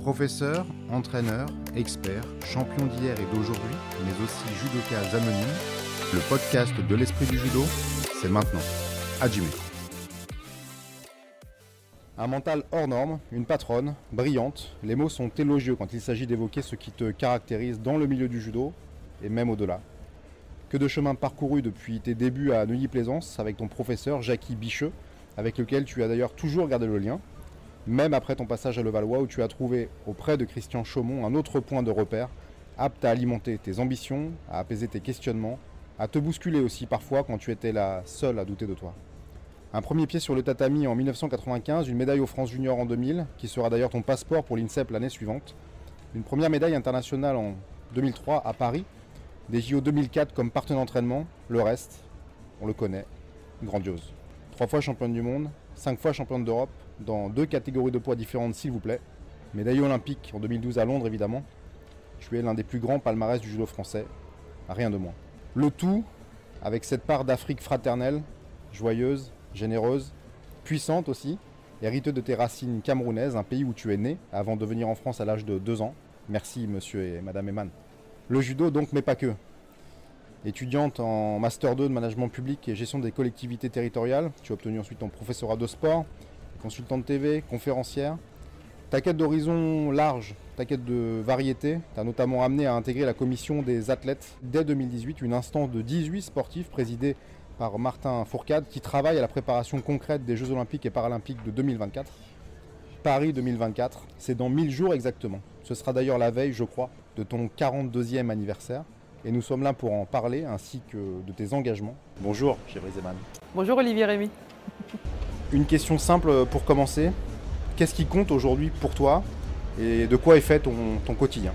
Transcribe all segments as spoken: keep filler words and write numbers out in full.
Professeur, entraîneur, expert, champion d'hier et d'aujourd'hui, mais aussi judoka anonyme, le podcast de l'esprit du judo, c'est maintenant. Hajime. Un mental hors norme, une patronne, brillante, les mots sont élogieux quand il s'agit d'évoquer ce qui te caractérise dans le milieu du judo, et même au-delà. Que de chemin parcouru depuis tes débuts à Neuilly-Plaisance avec ton professeur Jackie Bicheux, avec lequel tu as d'ailleurs toujours gardé le lien, même après ton passage à Levallois où tu as trouvé auprès de Christian Chaumont un autre point de repère, apte à alimenter tes ambitions, à apaiser tes questionnements, à te bousculer aussi parfois quand tu étais la seule à douter de toi. Un premier pied sur le tatami en mille neuf cent quatre-vingt-quinze, une médaille aux France Junior en deux mille, qui sera d'ailleurs ton passeport pour l'INSEP l'année suivante, une première médaille internationale en deux mille trois à Paris, des J O deux mille quatre comme partenaire d'entraînement, le reste, on le connaît, grandiose. Trois fois championne du monde, cinq fois championne d'Europe, dans deux catégories de poids différentes s'il vous plaît. Médaille olympique en deux mille douze à Londres évidemment. Tu es l'un des plus grands palmarès du judo français, rien de moins. Le tout avec cette part d'Afrique fraternelle, joyeuse, généreuse, puissante aussi, hériteuse de tes racines camerounaises, un pays où tu es né avant de venir en France à l'âge de deux ans. Merci monsieur et madame Eman. Le judo donc, mais pas que. Étudiante en Master deux de Management Public et Gestion des collectivités territoriales, tu as obtenu ensuite ton professorat de sport, consultante T V, conférencière. Ta quête d'horizon large, ta quête de variété, t'a notamment amené à intégrer la commission des athlètes dès deux mille dix-huit, une instance de dix-huit sportifs présidée par Martin Fourcade qui travaille à la préparation concrète des Jeux Olympiques et Paralympiques de deux mille vingt-quatre. Paris deux mille vingt-quatre, c'est dans mille jours exactement. Ce sera d'ailleurs la veille, je crois, de ton quarante-deuxième anniversaire. Et nous sommes là pour en parler, ainsi que de tes engagements. Bonjour, Gévry Zeman. Bonjour Olivier Rémy. Une question simple pour commencer. Qu'est-ce qui compte aujourd'hui pour toi et de quoi est fait ton, ton quotidien?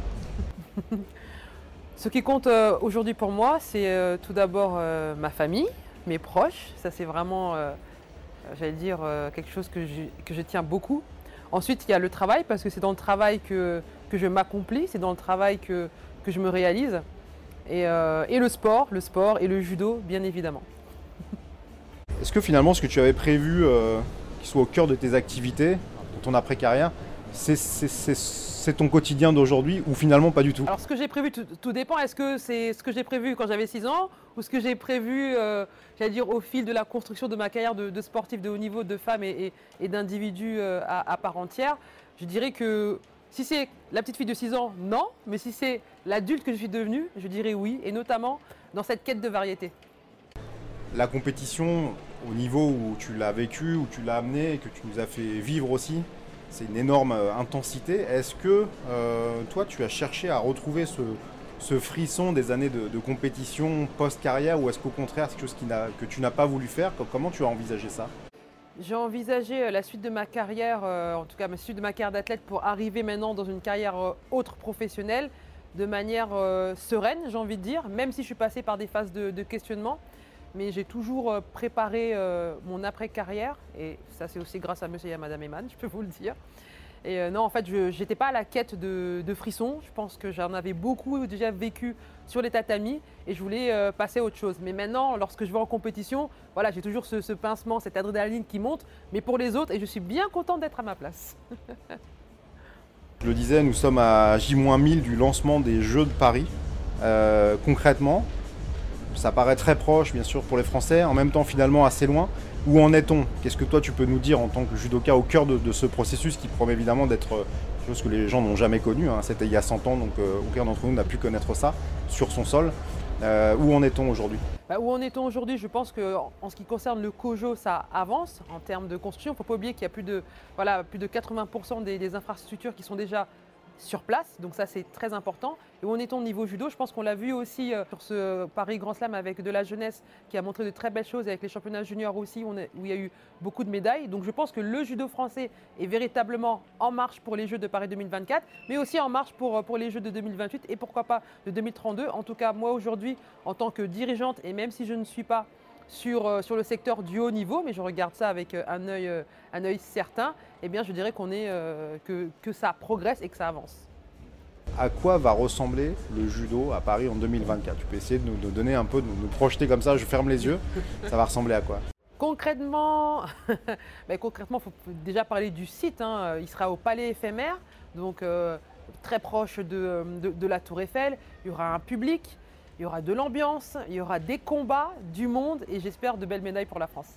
Ce qui compte euh, aujourd'hui pour moi, c'est euh, tout d'abord euh, ma famille, mes proches. Ça, c'est vraiment, euh, j'allais dire, euh, quelque chose que je, que je tiens beaucoup. Ensuite, il y a le travail, parce que c'est dans le travail que, que je m'accomplis, c'est dans le travail que, que je me réalise. Et, euh, et le sport, le sport et le judo, bien évidemment. Est-ce que finalement, ce que tu avais prévu, euh, qui soit au cœur de tes activités, de ton après-carrière, c'est, c'est, c'est, c'est ton quotidien d'aujourd'hui ou finalement pas du tout? Alors ce que j'ai prévu, tout, tout dépend. Est-ce que c'est ce que j'ai prévu quand j'avais six ans ou ce que j'ai prévu, euh, j'allais dire, au fil de la construction de ma carrière de, de sportif de haut niveau, de femme et, et, et d'individu euh, à, à part entière? Je dirais que si c'est la petite fille de six ans, non. Mais si c'est l'adulte que je suis devenue, je dirais oui. Et notamment dans cette quête de variété. La compétition, au niveau où tu l'as vécu, où tu l'as amené et que tu nous as fait vivre aussi, c'est une énorme intensité. Est-ce que euh, toi, tu as cherché à retrouver ce, ce frisson des années de, de compétition post-carrière ou est-ce qu'au contraire, c'est quelque chose qui n'a, que tu n'as pas voulu faire? Comment tu as envisagé ça? J'ai envisagé la suite de ma carrière, euh, en tout cas la suite de ma carrière d'athlète pour arriver maintenant dans une carrière euh, autre professionnelle de manière euh, sereine, j'ai envie de dire, même si je suis passée par des phases de, de questionnement. Mais j'ai toujours euh, préparé euh, mon après-carrière et ça c'est aussi grâce à monsieur et à madame Eman, je peux vous le dire. Et euh, non, en fait, je n'étais pas à la quête de, de frissons. Je pense que j'en avais beaucoup déjà vécu sur les tatamis et je voulais euh, passer à autre chose. Mais maintenant, lorsque je vais en compétition, voilà, j'ai toujours ce, ce pincement, cette adrénaline qui monte, mais pour les autres, et je suis bien contente d'être à ma place. Je le disais, nous sommes à J mille du lancement des Jeux de Paris. Euh, concrètement, ça paraît très proche, bien sûr, pour les Français, en même temps, finalement, assez loin. Où en est-on? Qu'est-ce que toi, tu peux nous dire en tant que judoka au cœur de, de ce processus qui promet évidemment d'être quelque chose que les gens n'ont jamais connu, hein. C'était il y a cent ans, donc euh, aucun d'entre nous n'a pu connaître ça sur son sol. Euh, où en est-on aujourd'hui? Bah, où en est-on aujourd'hui? Je pense qu'en en ce qui concerne le COJO, ça avance en termes de construction. Il ne faut pas oublier qu'il y a plus de, voilà, plus de quatre-vingts pour cent des, des infrastructures qui sont déjà sur place, donc ça c'est très important. Et où en est-on au niveau judo? Je pense qu'on l'a vu aussi euh, sur ce Paris Grand Slam avec de la jeunesse qui a montré de très belles choses, avec les championnats juniors aussi où, on est, où il y a eu beaucoup de médailles. Donc je pense que le judo français est véritablement en marche pour les Jeux de Paris deux mille vingt-quatre, mais aussi en marche pour, pour les Jeux de deux mille vingt-huit et pourquoi pas de deux mille trente-deux. En tout cas, moi aujourd'hui, en tant que dirigeante, et même si je ne suis pas Sur, euh, sur le secteur du haut niveau, mais je regarde ça avec euh, un œil, euh, un œil certain, eh bien je dirais qu'on est, euh, que, que ça progresse et que ça avance. À quoi va ressembler le judo à Paris en deux mille vingt-quatre? Tu peux essayer de nous de donner un peu, de nous projeter comme ça, je ferme les yeux, ça va ressembler à quoi? Concrètement, ben, concrètement, il faut déjà parler du site, hein. Il sera au Palais éphémère, donc euh, très proche de, de- de la Tour Eiffel. Il y aura un public, il y aura de l'ambiance, il y aura des combats, du monde et j'espère de belles médailles pour la France.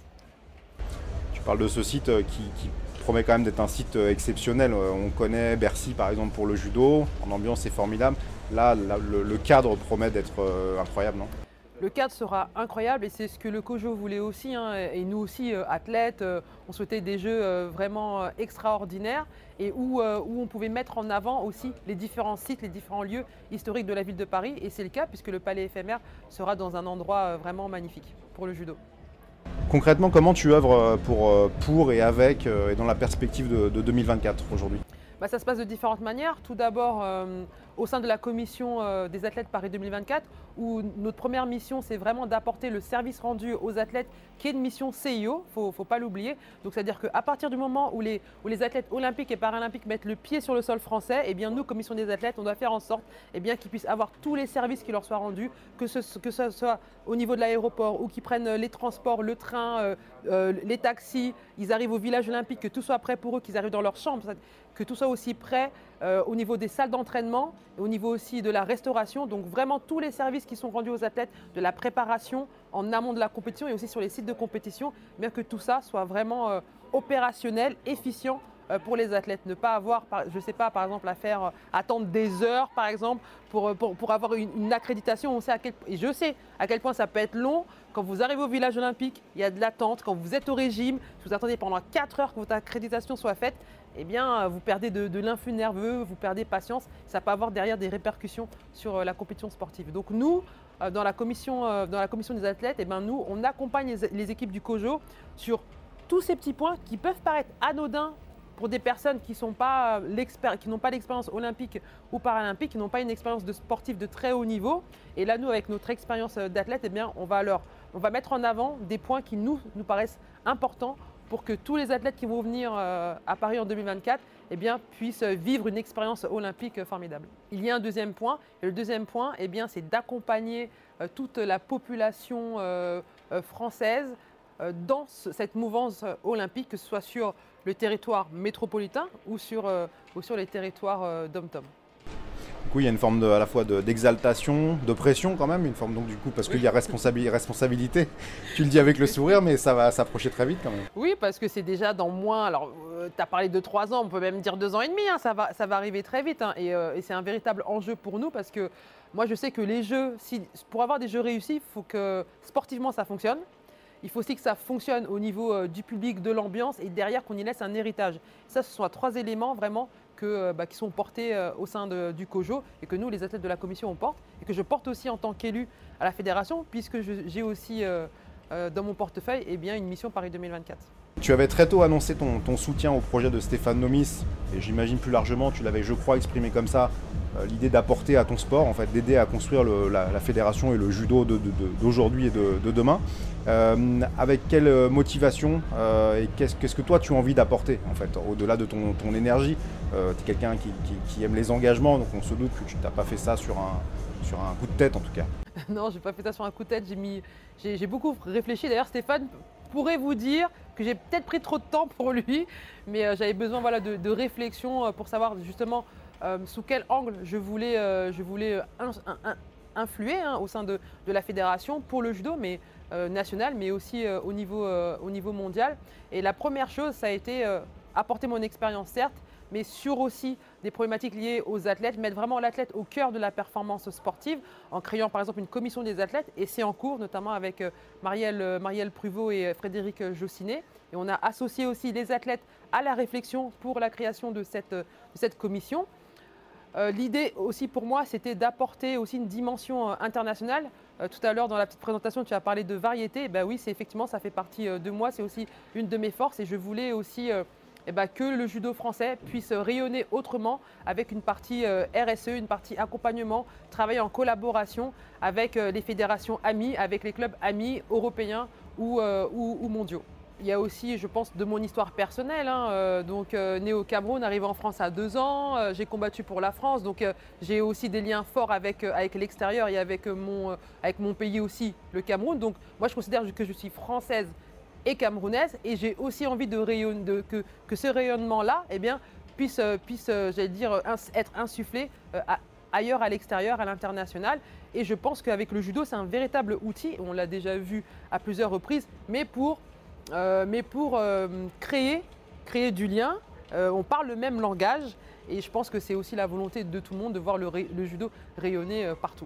Tu parles de ce site euh, qui, qui promet quand même d'être un site euh, exceptionnel. Euh, On connaît Bercy par exemple pour le judo, en ambiance c'est formidable. Là, là, le, le cadre promet d'être euh, incroyable, non? Le cadre sera incroyable et c'est ce que le COJO voulait aussi, hein, et nous aussi, euh, athlètes, euh, on souhaitait des jeux euh, vraiment euh, extraordinaires et où, euh, où on pouvait mettre en avant aussi les différents sites, les différents lieux historiques de la ville de Paris. Et c'est le cas puisque le Palais éphémère sera dans un endroit euh, vraiment magnifique pour le judo. Concrètement, comment tu œuvres euh, pour, euh, pour et avec euh, et dans la perspective de, de deux mille vingt-quatre aujourd'hui? Bah, ça se passe de différentes manières. Tout d'abord, euh, au sein de la commission euh, des athlètes Paris deux mille vingt-quatre, où notre première mission, c'est vraiment d'apporter le service rendu aux athlètes, qui est une mission C I O, il ne faut pas l'oublier. Donc, c'est-à-dire qu'à partir du moment où les, où les athlètes olympiques et paralympiques mettent le pied sur le sol français, eh bien, nous, commission des athlètes, on doit faire en sorte eh bien, qu'ils puissent avoir tous les services qui leur soient rendus, que ce, que ce soit au niveau de l'aéroport ou qu'ils prennent les transports, le train, euh, euh, les taxis, ils arrivent au village olympique, que tout soit prêt pour eux, qu'ils arrivent dans leur chambre, que tout soit aussi prêt euh, au niveau des salles d'entraînement, et au niveau aussi de la restauration. Donc vraiment tous les services qui sont rendus aux athlètes, de la préparation en amont de la compétition et aussi sur les sites de compétition, bien que tout ça soit vraiment euh, opérationnel, efficient euh, pour les athlètes. Ne pas avoir, par- je ne sais pas, par exemple, à faire euh, attendre des heures, par exemple, pour, euh, pour, pour avoir une, une accréditation. On sait à quel, et je sais à quel point ça peut être long. Quand vous arrivez au village olympique, il y a de l'attente. Quand vous êtes au régime, si vous attendez pendant quatre heures que votre accréditation soit faite, eh bien, vous perdez de, de l'influx nerveux, vous perdez patience. Ça peut avoir derrière des répercussions sur euh, la compétition sportive. Donc nous, euh, dans, la commission, euh, dans la commission des athlètes, eh bien, nous, on accompagne les, les équipes du COJO sur tous ces petits points qui peuvent paraître anodins pour des personnes qui sont pas l'expér- qui n'ont pas l'expérience olympique ou paralympique, qui n'ont pas une expérience de sportif de très haut niveau. Et là, nous, avec notre expérience d'athlète, eh bien, on va leur, on va mettre en avant des points qui nous, nous paraissent importants pour que tous les athlètes qui vont venir euh, à Paris en deux mille vingt-quatre eh bien, puissent vivre une expérience olympique formidable. Il y a un deuxième point, et le deuxième point, eh bien, c'est d'accompagner euh, toute la population euh, euh, française euh, dans ce- cette mouvance euh, olympique, que ce soit sur le territoire métropolitain ou sur, euh, ou sur les territoires euh, dom-tom. Du coup, il y a une forme de, à la fois de- d'exaltation, de pression quand même, une forme donc du coup, parce qu'il y a responsabi- responsabilité. Tu le dis avec le sourire, mais ça va s'approcher très vite quand même. Oui, parce que c'est déjà dans moins, alors tu as parlé de trois ans, on peut même dire deux ans et demi, hein, ça, va, ça va arriver très vite, hein, et, euh, et c'est un véritable enjeu pour nous parce que moi je sais que les jeux, si, pour avoir des jeux réussis, il faut que sportivement ça fonctionne. Il faut aussi que ça fonctionne au niveau euh, du public, de l'ambiance et derrière qu'on y laisse un héritage. Ça, ce sont trois éléments vraiment que, euh, bah, qui sont portés euh, au sein de- du COJO et que nous, les athlètes de la commission, on porte et que je porte aussi en tant qu'élu à la fédération puisque je- j'ai aussi euh, euh, dans mon portefeuille eh bien, une mission Paris deux mille vingt-quatre. Tu avais très tôt annoncé ton, ton soutien au projet de Stéphane Nomis, et j'imagine plus largement, tu l'avais, je crois, exprimé comme ça, euh, l'idée d'apporter à ton sport, en fait, d'aider à construire le- la, la fédération et le judo de- de- de- d'aujourd'hui et de, de demain. Euh, avec quelle motivation euh, et qu'est-ce, qu'est-ce que toi tu as envie d'apporter, en fait, au-delà de ton, ton énergie? Euh, tu es quelqu'un qui, qui- qui aime les engagements, donc on se doute que tu n'as pas fait ça sur un, sur un coup de tête, en tout cas. Non, je n'ai pas fait ça sur un coup de tête, j'ai mis, j'ai, j'ai beaucoup réfléchi. D'ailleurs, Stéphane pourrait vous dire que j'ai peut-être pris trop de temps pour lui, mais euh, j'avais besoin voilà, de, de réflexion euh, pour savoir justement euh, sous quel angle je voulais, euh, je voulais euh, in- in- in- influer hein, au sein de, de la fédération pour le judo, mais euh, national, mais aussi euh, au, niveau, euh, au niveau mondial. Et la première chose, ça a été euh, apporter mon expérience, certes, mais sur aussi des problématiques liées aux athlètes, mettre vraiment l'athlète au cœur de la performance sportive en créant par exemple une commission des athlètes et c'est en cours notamment avec euh, Marielle, euh, Marielle Pruvot et euh, Frédéric euh, Jossinet. Et on a associé aussi les athlètes à la réflexion pour la création de cette, euh, de cette commission. Euh, L'idée aussi pour moi, c'était d'apporter aussi une dimension euh, internationale. Euh, tout à l'heure, dans la petite présentation, tu as parlé de variété. Ben oui, c'est effectivement, ça fait partie euh, de moi. C'est aussi une de mes forces et je voulais aussi euh, eh ben, que le judo français puisse rayonner autrement avec une partie euh, R S E, une partie accompagnement, travailler en collaboration avec euh, les fédérations amies, avec les clubs amis européens ou, euh, ou, ou mondiaux. Il y a aussi, je pense, de mon histoire personnelle. Hein, euh, donc, euh, né au Cameroun, arrivé en France à deux ans, euh, j'ai combattu pour la France. Donc, euh, j'ai aussi des liens forts avec, euh, avec l'extérieur et avec, euh, mon, euh, avec mon pays aussi, le Cameroun. Donc, moi, je considère que je suis française et camerounaise. Et j'ai aussi envie de rayon- de- que, que ce rayonnement-là eh bien, puisse, euh, puisse euh, j'allais dire, ins- être insufflé euh, à- ailleurs, à l'extérieur, à l'international. Et je pense qu'avec le judo, c'est un véritable outil, on l'a déjà vu à plusieurs reprises, mais pour, euh, mais pour euh, créer, créer du lien. Euh, on parle le même langage et je pense que c'est aussi la volonté de tout le monde de voir le, ré- le judo rayonner euh, partout.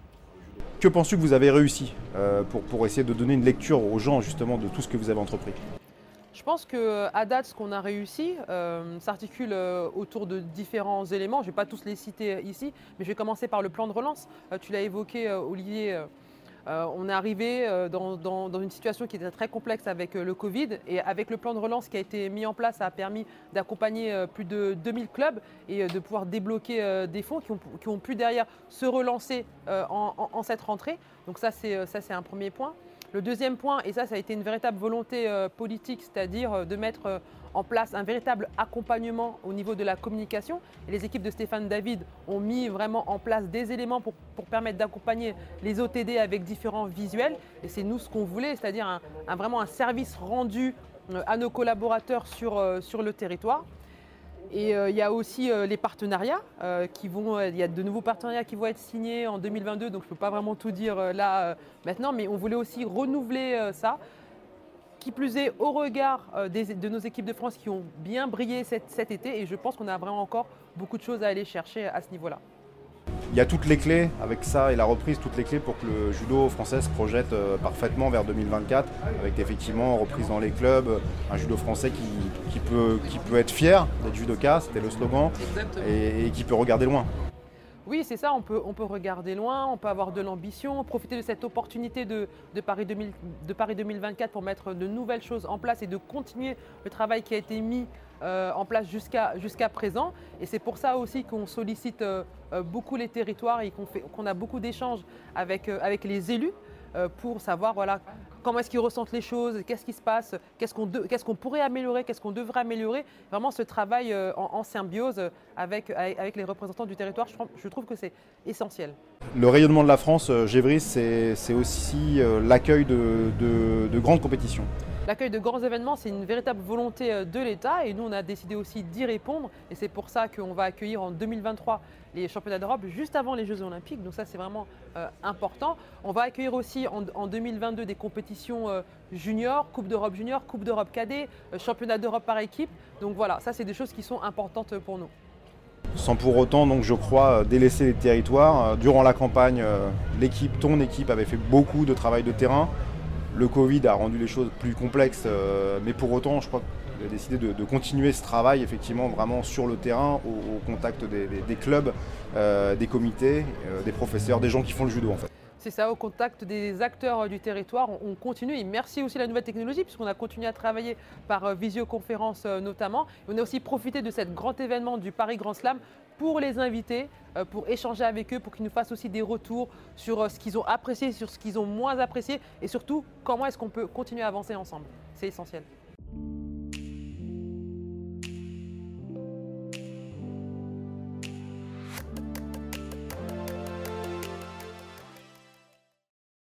Que penses-tu que vous avez réussi euh, pour, pour essayer de donner une lecture aux gens justement de tout ce que vous avez entrepris? Je pense qu'à date, ce qu'on a réussi euh, s'articule euh, autour de différents éléments. Je ne vais pas tous les citer euh, ici, mais je vais commencer par le plan de relance. Euh, tu l'as évoqué, euh, Olivier. euh, euh, on est arrivé euh, dans, dans- dans une situation qui était très complexe avec euh, le Covid. Et avec le plan de relance qui a été mis en place, ça a permis d'accompagner euh, plus de deux mille clubs et euh, de pouvoir débloquer euh, des fonds qui ont, qui ont pu derrière se relancer euh, en, en- en cette rentrée. Donc ça, c'est euh, ça, c'est un premier point. Le deuxième point, et ça, ça a été une véritable volonté euh, politique, c'est-à-dire euh, de mettre euh, en place un véritable accompagnement au niveau de la communication. Et les équipes de Stéphane David ont mis vraiment en place des éléments pour, pour permettre d'accompagner les O T D avec différents visuels. Et c'est nous ce qu'on voulait, c'est-à-dire un, un- vraiment un service rendu euh, à nos collaborateurs sur, euh, sur le territoire. Et euh, il y a aussi euh, les partenariats euh, qui vont, euh, il y a de nouveaux partenariats qui vont être signés en deux mille vingt-deux, donc je ne peux pas vraiment tout dire euh, là euh, maintenant, mais on voulait aussi renouveler euh, ça. Qui plus est, au regard euh, des- de nos équipes de France qui ont bien brillé cet, cet été, et je pense qu'on a vraiment encore beaucoup de choses à aller chercher à ce niveau-là. Il y a toutes les clés avec ça et la reprise, toutes les clés pour que le judo français se projette euh, parfaitement vers deux mille vingt-quatre, avec effectivement reprise dans les clubs, un judo français qui, qui peut, qui peut être fier d'être judoka, c'était le slogan, Exactement. et, et qui peut regarder loin. Oui, c'est ça, on peut, on peut regarder loin, on peut avoir de l'ambition, profiter de cette opportunité de, de Paris deux mille, de Paris deux mille vingt-quatre pour mettre de nouvelles choses en place et de continuer le travail qui a été mis euh, en place jusqu'à jusqu'à présent. Et c'est pour ça aussi qu'on sollicite euh, euh, beaucoup les territoires et qu'on fait, qu'on a beaucoup d'échanges avec, euh, avec les élus euh, pour savoir voilà, comment est-ce qu'ils ressentent les choses, qu'est-ce qui se passe, qu'est-ce qu'on de- qu'est-ce qu'on pourrait améliorer, qu'est-ce qu'on devrait améliorer. Vraiment ce travail euh, en, en symbiose avec, avec, avec les représentants du territoire, je, trouve- je trouve que c'est essentiel. Le rayonnement de la France, euh, Gévry, c'est c'est aussi euh, l'accueil de, de- de grandes compétitions. L'accueil de grands événements, c'est une véritable volonté euh, de l'État et nous, on a décidé aussi d'y répondre. Et c'est pour ça qu'on va accueillir en deux mille vingt-trois les championnats d'Europe juste avant les Jeux Olympiques. Donc ça, c'est vraiment euh, important. On va accueillir aussi en, en deux mille vingt-deux des compétitions euh, juniors, Coupe d'Europe junior, Coupe d'Europe cadet, euh, championnat d'Europe par équipe. Donc voilà, ça, c'est des choses qui sont importantes pour nous. Sans pour autant, donc, je crois, euh, délaisser les territoires. Euh, Durant la campagne, euh, l'équipe, ton équipe avait fait beaucoup de travail de terrain. Le Covid a rendu les choses plus complexes, euh, mais pour autant, je crois qu'il a décidé de, de continuer ce travail, effectivement, vraiment sur le terrain, au, au contact des, des- des clubs, euh, des comités, euh, des professeurs, des gens qui font le judo, en fait. C'est ça, au contact des acteurs du territoire, on on continue. Et merci aussi à la nouvelle technologie, puisqu'on a continué à travailler par euh, visioconférence euh, notamment. Et on a aussi profité de cet grand événement du Paris Grand Slam pour les inviter, euh, pour échanger avec eux, pour qu'ils nous fassent aussi des retours sur euh, ce qu'ils ont apprécié, sur ce qu'ils ont moins apprécié, et surtout comment est-ce qu'on peut continuer à avancer ensemble. C'est essentiel.